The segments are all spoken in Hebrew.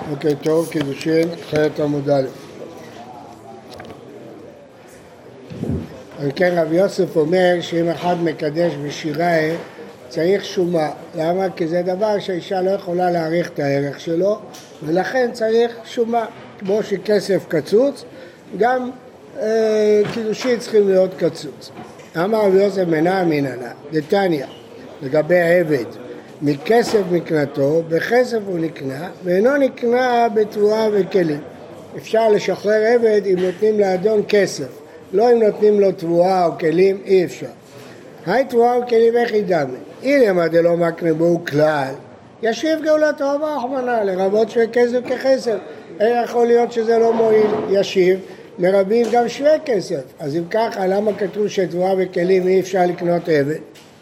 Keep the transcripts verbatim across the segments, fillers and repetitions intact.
אוקיי, טוב, קידושין, חלק עמוד א'. כן, רב יוסף אומר שאם אחד מקדש בשירה צריך שומה. למה? כי זה דבר שהאישה לא יכולה להעריך את הערך שלו, ולכן צריך שומה. כמו שכסף קצוץ, גם אה, קידושין צריכים להיות קצוץ. אמר רב יוסף מנע מנהלה, דתניא, לגבי עבד, מכסף מקנתו, בכסף הוא נקנה, ואינו נקנה בתבואה וכלים. אפשר לשחרר עבד אם נותנים לאדון כסף, לא אם נותנים לו תבואה או כלים, אי אפשר. היי תבואה וכלים איך ידמה? אילמה דלא מקנה בו כלל, ישיב גאולתו ורחמנא, לרבות שווה כסף ככסף. איך יכול להיות שזה לא מועיל? ישיב, מרבים גם שווה כסף. אז אם ככה, למה כתוב שתבואה וכלים אי אפשר לקנות עבד?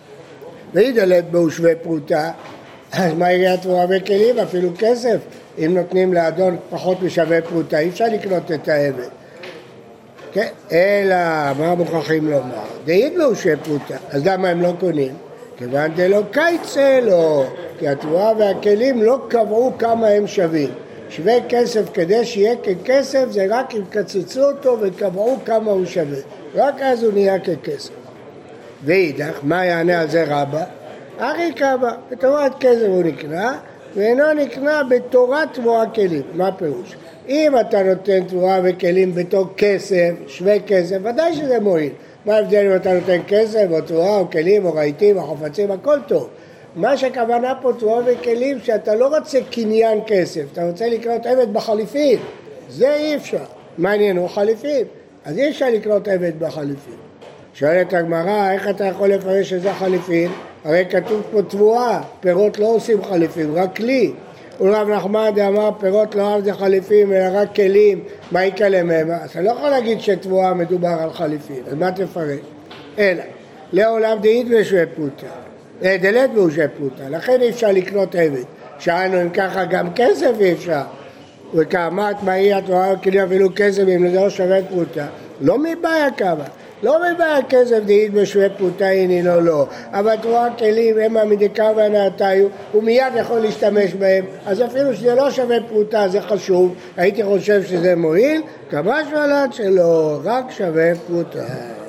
וידלת בו שווה פרוטה, אז מה יהיה תבואה וכלים? אפילו כסף. אם נותנים לאדון פחות משווה פרוטה, אי אפשר לקנות את העבד. כן? אלא, מה מוכרחים לומר? דהיד בו שווה פרוטה, אז למה הם לא קונים? כיוון דלא קייצא לו, כי התבואה והכלים לא קבעו כמה הם שווים. שווה כסף כדי שיהיה ככסף זה רק אם קצצו אותו וקבעו כמה הוא שווה. רק אז הוא נהיה ככסף. ואידך, מה יענה על זה רבא? אחי קבע, בתורת כסף הוא נקנה, ואינו נקנה בתורת תבואה כלים. מה הפירוש? אם אתה נותן תבואה וכלים בתור כסף, שווה כסף, ודאי שזה מועיל. מה ההבדל אם אתה נותן כסף או תבואה או כלים או רהיטים או חפצים, הכל טוב. מה שכוונה פה תבואה וכלים, שאתה לא רוצה קניין כסף, אתה רוצה לקנות עבד בחליפין, זה אי אפשר. מעניין, הוא חליפין, אז אי אפשר לקנות עבד בחליפין. שואלת הגמרא, איך אתה יכול לפרש שזה חליפין? הרי כתוב פה תבואה, פירות לא עושים חליפין, רק כלי. ורב נחמן אמר, פירות לא אוהב זה חליפין, אלא רק כלים, מה יקלה מהם? אז אתה לא יכול להגיד שתבואה מדובר על חליפין, אז מה תפרש? אלא, לעולם דהית ושווה פרוטה. דלת ושווה פרוטה, לכן אי אפשר לקנות עבד. שאלנו אם ככה גם כסף אי אפשר. וכאמת מה יהיה התבואה וכלים אפילו כסף אם זה לא שווה פרוטה. לא מבעיה כמה. לא מבעיה כסף דהית בשווה פרוטה הנה לא לא. אבל תבואה כלים הם המדיקה והנעתיו, הוא מיד יכול להשתמש בהם. אז אפילו שזה לא שווה פרוטה זה חשוב. הייתי חושב שזה מועיל. כמה שבלת שלא, רק שווה פרוטה.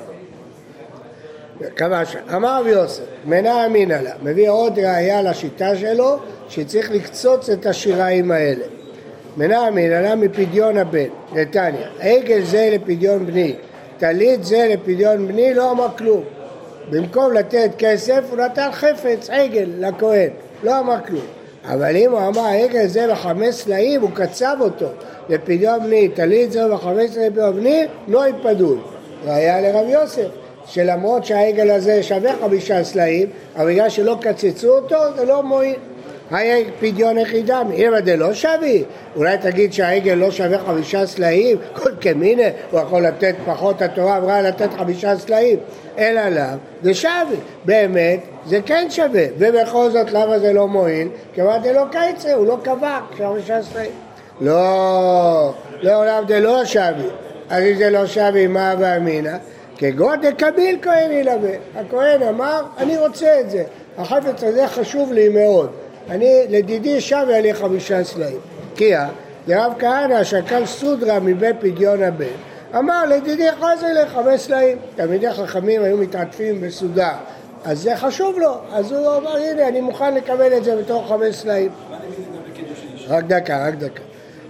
כבש, אמר רב יוסף, מנע אמינא לה, מביא עוד ראיה לשיטה שלו, שצריך לקצוץ את השיריים האלה. מנע אמינא לה מפדיון הבן, נתניה, עגל זה לפדיון בני, טלית זה לפדיון בני, לא אמר כלום. במקום לתת כסף, הוא נתן חפץ, עגל, לכהן, לא אמר כלום. אבל אם הוא אמר, עגל זה לחמש סלעים, הוא קצב אותו לפדיון בני, טלית זה לחמש סלעים לפדיון בני, לא יפדול. ראיה לרב יוסף. שלמרות שהעגל הזה שווה חמישה סלעים, אבל בגלל שלא קצצו אותו, זה לא מועיל. היה פדיון יחידם, אם זה לא שווה, אולי תגיד שהעגל לא שווה חמישה סלעים, כל כמינה, הוא יכול לתת פחות, התורה עברה לתת חמישה סלעים, אלא לא, זה שווה. באמת, זה כן שווה, ובכל זאת למה זה לא מועיל? כיוון זה לא קייצה, הוא לא קבע, חמישה סלעים. לא, לעולם זה לא שווה. אז אם זה לא שווה, מה ואמינא? כגון דקביל כהן ילווה. הכהן אמר, אני רוצה את זה. החפץ הזה חשוב לי מאוד. אני, לדידי שווה לי חמישה סלעים. כי הרב כהנא שקל סודרה מבית פדיון הבן, אמר, לדידי חזר לי חמש סלעים. תלמידי חכמים היו מתעטפים בסודה. אז זה חשוב לו. אז הוא אמר, הנה, אני מוכן לקבל את זה בתור חמש סלעים. רק דקה, רק דקה.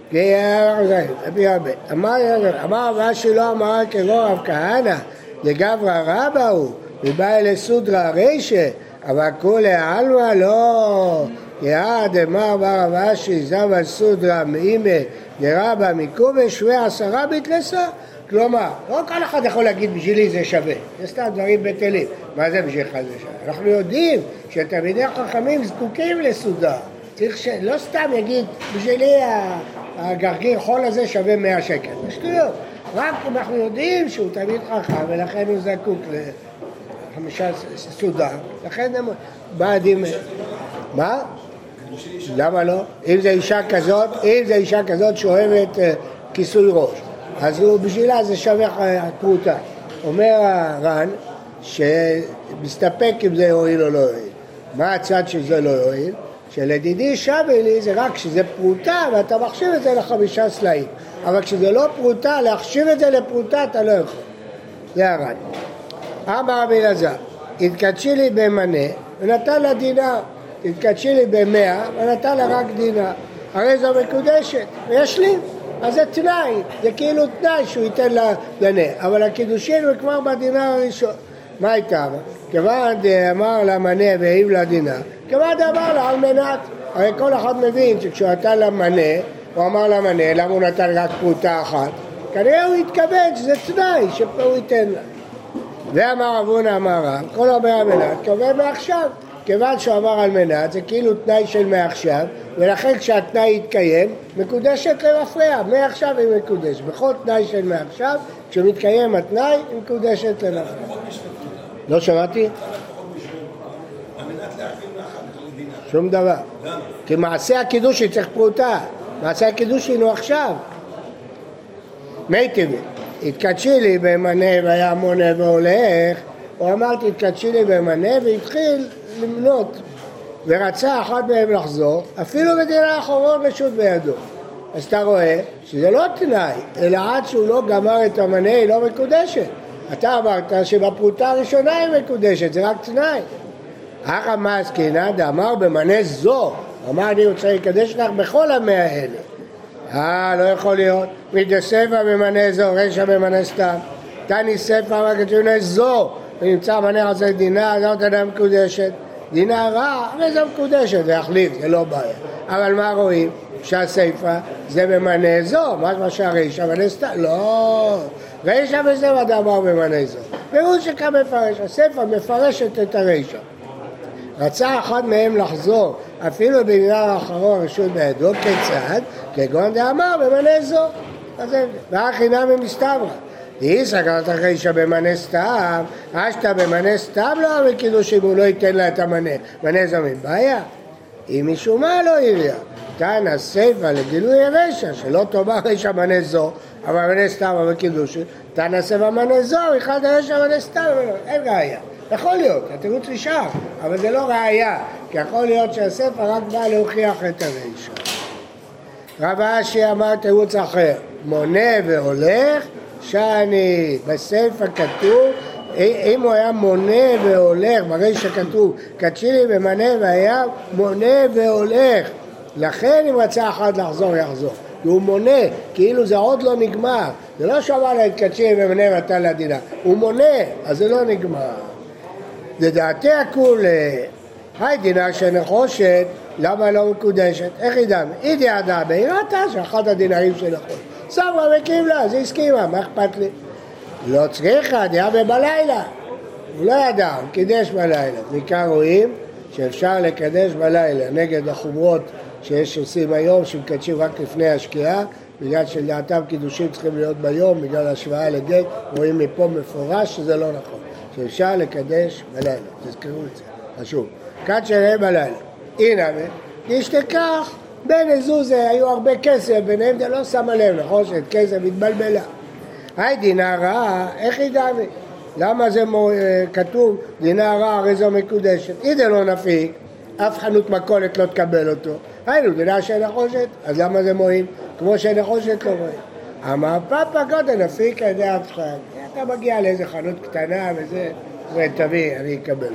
אמר מה שלא אמר כגון רב כהנא לגברא רבא הוא ובא אלה סודרה רישא אבל כולי עלמא לא יעד אמר בר רב אשי זבל סודרה מאימא דרבא מקובה שווה עשרה בתלסה. כלומר, לא כל אחד יכול להגיד בשבילי זה שווה, זה סתם דברים בטלים. מה זה בשבילך זה שווה? אנחנו יודעים שתלמידי חכמים זקוקים לסודה, צריך שלא סתם יגיד בשבילי הגרגיר חול הזה שווה מאה שקל. שטויות. רק אנחנו יודעים שהוא תמיד חכם ולכן הוא זקוק לחמישה סודה. לכן הם בעדים... מה? למה לא? אם זה אישה כזאת, אם זה אישה כזאת שאוהבת כיסוי ראש, אז הוא בשבילה זה שווה פרוטה. אומר הר"ן שמסתפק אם זה יועיל או לא יועיל. מה הצד שזה לא יועיל? שלדידי שווה לי זה רק כשזה פרוטה ואתה מחשיב את זה לחמישה סלעים. אבל כשזה לא פרוטה, להחשיב את זה לפרוטה אתה לא יכול. זה הר"ן. אמר רבי אלעזר, התקדשי לי במנה ונתן לה דינר, התקדשי לי במאה ונתן לה רק דינר. הרי זו מקודשת, וישלים. אז זה תנאי, זה כאילו תנאי שהוא ייתן לה דנה. אבל הקידושין הוא כבר בדינר הראשון. מה הייתה? כיוון אמר לה מנה והעיב לה דינר, כיוון אמר לה על מנת. הרי כל אחד מבין שכשהוא נתן לה מנה, הוא אמר לה מנה, למה הוא נתן רק פרוטה אחת? כנראה הוא התכוון שזה תנאי שהוא ייתן לה. ואמר אבונה אמר רב, כל אומר על מנת, כיוון מעכשיו. כיוון שהוא אמר על מנת, זה כאילו תנאי של מעכשיו, ולכן כשהתנאי יתקיים, מקודשת למפרע, מעכשיו היא מקודשת. בכל תנאי של מעכשיו, כשמתקיים התנאי, היא מקודשת למפרע. לא שמעתי? שום דבר. כי מעשה הקידושין צריך פרוטה. מעשה הקידושין הוא עכשיו. מי טבעי? התקדשי לי במנה והיה מונה והולך, הוא אמר תתקדשי לי במנה והתחיל למנות, ורצה אחת מהם לחזור, אפילו בדינר האחרון רשות בידו. אז אתה רואה שזה לא תנאי, אלא עד שהוא לא גמר את המנה היא לא מקודשת. אתה אמרת שבפרוטה הראשונה היא מקודשת, זה רק תנאי. הרמה עסקינא דאמר במנה זו, אמר אני רוצה לקדש לך בכל המאה האלה. אה, לא יכול להיות. מדספא במנה זו, רשע במנה סתם. תני ספא רק במנה זו, ונמצא מנה עשה דינר, זאת אינה מקודשת. דינר רע, אבל זה מקודשת, זה יחליף, זה לא בעיה. אבל מה רואים? שהספא זה במנה זו, מה שהרשע במנה סתם? לא. רשע וזה ודא אמר במנה זו. פירוש שכם מפרש, הספא מפרשת את הרשע. רצה אחד מהם לחזור, אפילו בדינר האחרון רשות בידו, כיצד? כגון דאמר במנה זו. והכי נמי מסתברא. היא סגרת הרשע במנה סתם, אשתה במנה סתם לא אמר קידוש אם הוא לא ייתן לה את המנה. מנה זו מבעיה. אם משום מה לא יראה. כאן הספא לגילוי הרשע, שלא תאמר רשע מנה זו, אבל מנה סתם אבל קידוש. כאן הספא מנה זו, אחד הרשע מנה סתם, אין ראיה. יכול להיות, התירוץ נשאר, אבל זה לא ראיה, כי יכול להיות שהספר רק בא להוכיח את הרשע. רב אשי אמר תירוץ אחר, מונה והולך, שאני בספר כתוב, אם הוא היה מונה והולך, ברשע כתוב, קדשי לי במנה והיה מונה והולך, לכן אם רצה אחד לחזור, יחזור. הוא מונה, כאילו זה עוד לא נגמר, זה לא שאמר לה, קדשי לי במנה ונתן לה דינר, הוא מונה, אז זה לא נגמר. לדעתי הכול, היי דינר שנחושת, למה לא מקודשת? איך ידע? היא ידעה, היא ראתה שאחד הדינרים שנחושת. סברה וקיבלה, זה הסכימה, מה אכפת לי? לא צריכה, דעה בלילה. הוא לא ידע, הוא קידש בלילה. בעיקר רואים שאפשר לקדש בלילה נגד החומרות שיש עושים היום, שמקדשים רק לפני השקיעה, בגלל שלדעתם קידושים צריכים להיות ביום, בגלל השוואה לגט, רואים מפה מפורש שזה לא נכון. שאפשר לקדש בלילה, תזכרו את זה, חשוב. כאן שלהם בלילה. הנה, תשתכח, בין הזוזה היו הרבה כסף, ביניהם זה לא שמה לב, נכון? שאת כסף מתבלבלה. היי דינר רע, איך ידענו? למה זה כתוב דינר רע, הרי זו מקודשת? איזה לא נפיק, אף חנות מכולת לא תקבל אותו. היינו, דינר שנחושת, אז למה זה מועיל? כמו שנחושת לא מועיל. אמר פאפה קודם נפיק על ידי אף אחד. אתה מגיע לאיזה חנות קטנה וזה, ותביא, אני אקבל.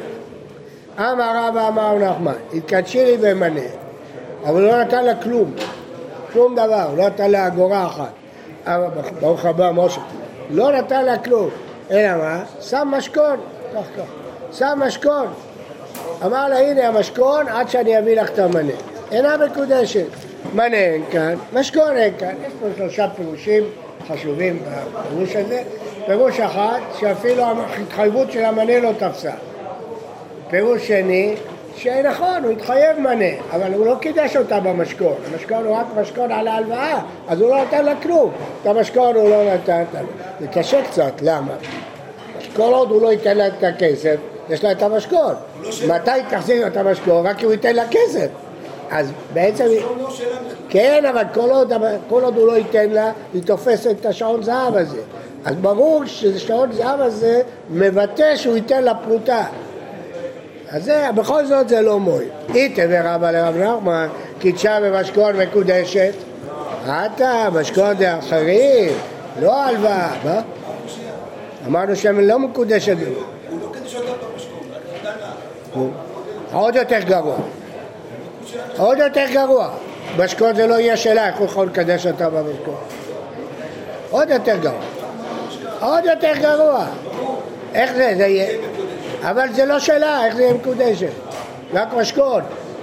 אמר רבא אמר נחמן, התקדשי לי במנה, אבל לא נתן לה כלום, שום דבר, לא נתן לה אגורה אחת. אמר, ברוך הבא, משה, לא נתן לה כלום, אלא מה? שם משכון, כך כך, שם משכון. אמר לה, הנה המשכון, עד שאני אביא לך את המנה. אינה מקודשת. מנה אין כאן, משכון אין כאן. יש פה שלושה פירושים חשובים בפירוש הזה. פירוש אחד, שאפילו ההתחייבות של המנה לא תפסה. פירוש שני, שנכון, הוא התחייב מנה, אבל הוא לא קידש אותה במשכון. המשכון הוא רק משכון על ההלוואה, אז הוא לא נתן לה כלום. את המשכון הוא לא נתן לה. זה קשה קצת, למה? כל עוד הוא לא ייתן לה את הכסף, יש לה את המשכון. מתי תחזיר את המשכון? רק כי הוא ייתן לה כסף. אז בעצם... כן, אבל כל עוד, כל עוד הוא לא ייתן לה, היא תופסת את השעון זהב הזה. אז ברור ששעון זהב הזה מבטא שהוא ייתן לה פרוטה. אז זה, בכל זאת זה לא מועיל. איתה ורבא לרב נחמן, קידשה במשכון מקודשת, אתה, משכון דאחרים, לא הלוואה, מה? אמרנו שהם לא מקודשת. הוא לא קדש אותה במשכון, רק קטנה. עוד יותר גרוע. עוד יותר גרוע. משכון זה לא יהיה שלה, איך הוא יכול לקדש אותה במשכון? עוד יותר גרוע. עוד יותר גרוע. איך זה? זה יהיה... אבל זה לא שלה, איך זה יהיה מקודשת? רק משכון.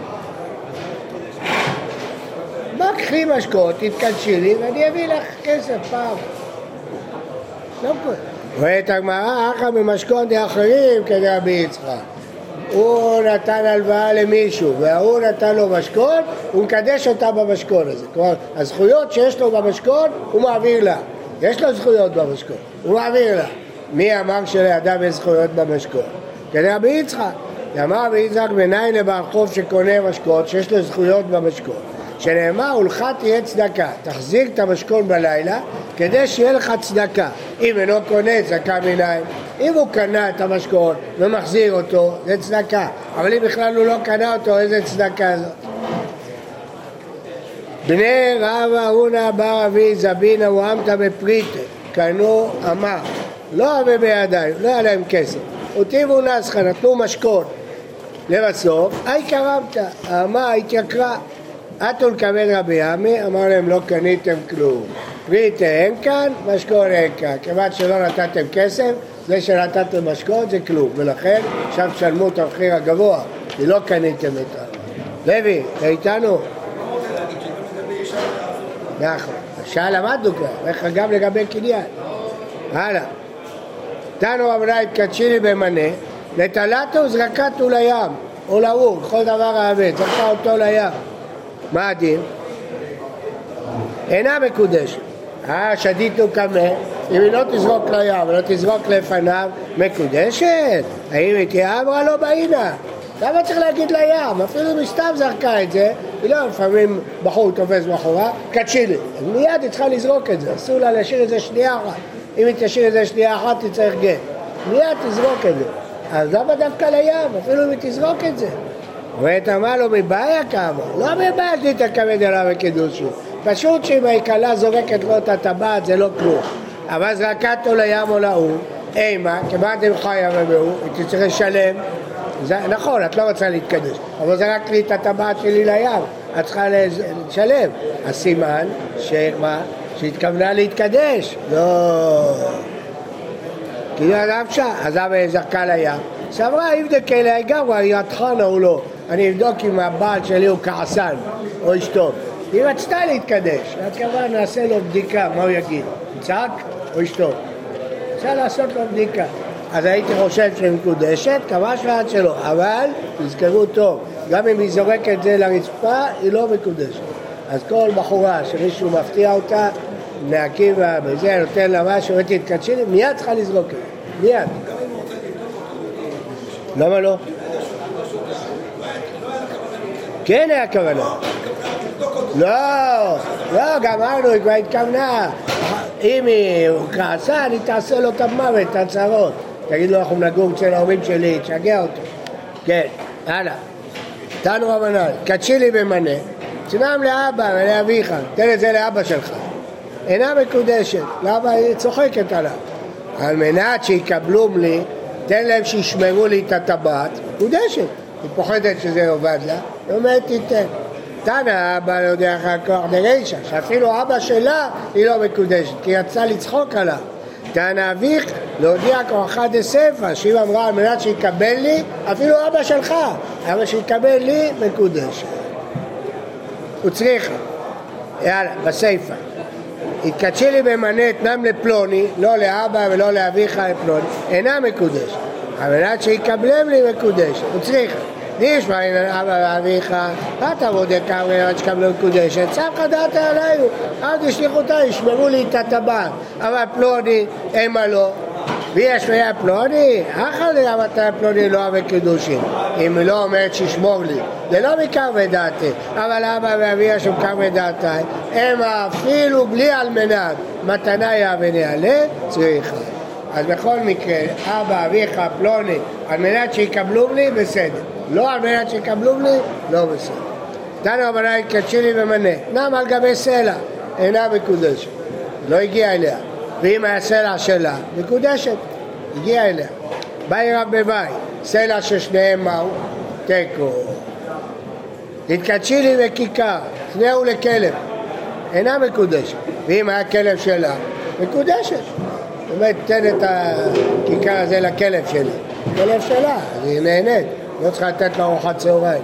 מה קחי משכון, תתקדשי לי ואני אביא לך כסף פעם. לא קורה. ואת הגמרא, אחר ממשכון דאחרים כרבי יצחק. הוא נתן הלוואה למישהו והוא נתן לו משכון, הוא מקדש אותה במשכון הזה. כלומר, הזכויות שיש לו במשכון הוא מעביר לה. יש לו זכויות במשכון, הוא מעביר לה. מי אמר שלאדם יש זכויות במשכון? כרבי יצחק. אמר רבי יצחק מניין לבעל חוב שקונה משכון שיש לו זכויות במשכון. שנאמר, הולכה תהיה צדקה, תחזיק את המשכון בלילה כדי שיהיה לך צדקה. אם אינו קונה, צדקה מניין. אם הוא קנה את המשכון ומחזיר אותו, זה צדקה. אבל אם בכלל הוא לא קנה אותו, איזה צדקה זאת? בני רבא הונא בר אבי זבינה ואמתא בפריטה, קנו אמה, לא אבה בידיים, לא היה להם כסף. אותיבו נסחה, נתנו משכון. לבסוף, אי קרבת, האמה התייקרה. אתו לקבל רבי עמי, אמר להם לא קניתם כלום. פריטה אין כאן, משכון אין כאן. כיוון שלא נתתם כסף, זה שנתתם משכון זה כלום. ולכן עכשיו תשלמו את המחיר הגבוה, כי לא קניתם את זה. לוי, אתה איתנו? נכון, השעה למדנו כבר, איך גם לגבי קניין. הלאה. תנו רבנן התקדשיני במנה, נטלתו זרקתו לים, או לאור, כל דבר האבד, זרקה אותו לים. מה הדין? אינה מקודשת. אה, שדיתו קמה, אם היא לא תזרוק לים ולא תזרוק לפניו, מקודשת? האם היא תהיה אמרה לא בעינה? למה צריך להגיד לים? אפילו אם היא סתם זרקה את זה, היא לא לפעמים בחור תופס מאחורה, קדשי לי. מיד היא צריכה לזרוק את זה, אסור לה להשאיר את זה שנייה אחת. אם היא תשאיר את זה שנייה אחת, היא צריך גט. מיד תזרוק את זה. אז למה דווקא לים? אפילו אם היא תזרוק את זה. ואת אמר לו מבעיה כמה? לא מבעיה שתתכבד אליו וקידושו. פשוט שאם העיקלה זורקת לו את הטבעת זה לא כלום. אבל זרקתו לים או לאור, אימה, כמעט אם חיה ובאור, היא צריך לשלם. זה, נכון, את לא רוצה להתקדש, אבל זרקת לי את הטבעת שלי לים, את צריכה לשלם. הסימן, שמה? שהתכוונה להתקדש. לא. כי זה אדם שם, אז אבא זרקה לים. סברה, אם דקה אליי גם, אני אתחנה או לא. אני אבדוק אם הבעל שלי הוא כעסן או אשתו. היא רצתה להתקדש, הכוונה נעשה לו בדיקה, מה הוא יגיד? צעק או אשתו? אפשר לעשות לו בדיקה. אז הייתי חושב שהיא מקודשת, כמה שעד שלא, אבל תזכרו טוב, גם אם היא זורקת את זה לרצפה, היא לא מקודשת. אז כל בחורה שמישהו מפתיע אותה, נעקים וזה נותן לה משהו, ותתקדשי, מיד צריכה לזרוק את זה, מיד. למה לא? כן היה כוונה. לא, לא, גמרנו, היא כבר התכוונה. אם היא כעסה, אני תעשה לו את המוות, את הצרות. תגיד לו, אנחנו נגור אצל ההורים שלי, תשגע אותו. כן, הלאה. תנו רבנן, קדשי לי במנה, צנם לאבא ולאביך, תן את זה לאבא שלך. אינה מקודשת, למה היא צוחקת עליו? על מנת שיקבלו לי, תן להם שישמרו לי את הטבעת, מקודשת. היא פוחדת שזה עובד לה, היא אומרת תיתן. תנא אבא לא יודע אחר כך דרישה, שאפילו אבא שלה היא לא מקודשת, כי היא יצאה לצחוק עליו. תנא אביך להודיע כוחך דספא, שהיא אמרה על מנת שיקבל לי, אפילו אבא שלך, אבל שיקבל לי מקודשת. הוא צריכה, יאללה, בספא. התקדשי לי במנה תנם לפלוני, לא לאבא ולא לאביך לפלוני, אינה מקודשת. על מנת שיקבלם לי מקודשת, הוא צריכה. נשמע אין אבא ואביך, אתה בודק כמה עד שקבלו מקודשת, סמך דעת עלינו, אל תשליחו אותה, ישמרו לי את הטבעת, אבל פלוני, אימה לא, ויש והיה פלוני, אחר לי אמתה פלוני לא אבא קידושין, אם היא לא אומרת שישמור לי, זה לא מקר ודעתי, אבל אבא ואביה שמקר ודעתי, הם אפילו בלי על מנת, מתנה יעבני עליה, צריכה. אז בכל מקרה, אבא, אביך, פלוני, על מנת שיקבלו לי, בסדר. לא על מנת שיקבלו לי, לא בסדר. תנו רבנן התקדשי לי ומנה, נם על גבי סלע, אינה מקודשת. לא הגיע אליה. ואם היה סלע שלה, מקודשת, הגיע אליה. באי רב בבית, סלע ששניהם מהו? תיקו. התקדשי לי וכיכר, תנהו לכלב, אינה מקודשת. ואם היה כלב שלה, מקודשת. זאת אומרת, תן את הכיכר הזה לכלב שלה. כלב שלה, אז היא נהנית, לא צריכה לתת לה ארוחת צהריים.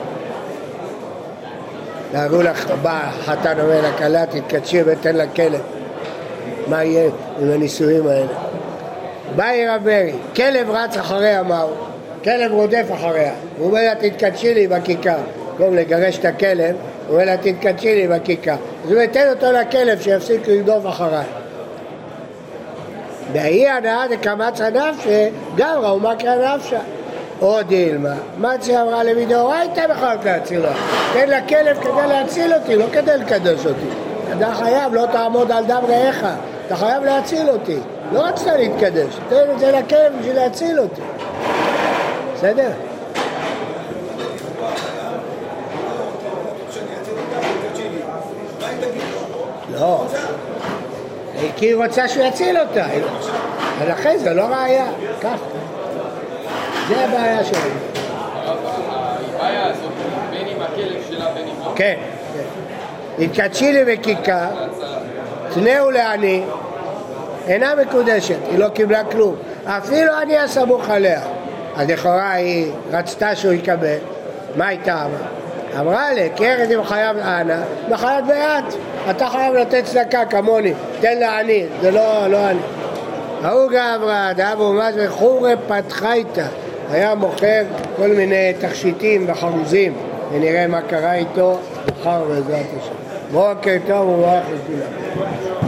דאגו לך, בא חתן אומר לכלה, תתקדשי ותן לה כלב. מה יהיה עם הניסויים האלה? באי רב ברי, כלב רץ אחריה מהו? כלב רודף אחריה. הוא אומר לה, תתקדשי לי בכיכר. במקום לגרש את הכלב, הוא אומר לה, תתקדשי לי בכיכר. אז הוא מתן אותו לכלב שיפסיק לרדוף אחריי. בהיא הנאה דקמצא נפשי, גם ראו מקרא נפשא. עוד אילמה, מצי אמרה למדאורייתא בכלל להציל לה. תן לכלב כדי להציל אותי, לא כדי לקדש אותי. אתה חייב, לא תעמוד על דם רעך, אתה חייב להציל אותי. לא רצת להתקדש, תן את זה לכלב בשביל להציל אותי. בסדר? לא. כי היא רוצה שהוא יציל אותה. ולכן זה לא ראייה. כך. זה הבעיה שלנו. הבעיה הזאת, בין עם הכלב שלה, בין עם... כן. התקדשי לי בכיכר, תנהו לעני, אינה מקודשת, היא לא קיבלה כלום. אפילו אני הסמוך עליה. אז לכאורה היא רצתה שהוא יקבל. מה הייתה אמרה? אמרה לי, כי ארז אם חייב אנה, מחייב ביד. אתה חייב לתת צדקה כמוני, תן לעני, זה לא, לא אני. ההוא גברא, דאבו מזבח חורי פתחה איתה. היה מוכר כל מיני תכשיטים וחרוזים, ונראה מה קרה איתו מחר בעזרת השם. בוקר טוב ומברך לכולם.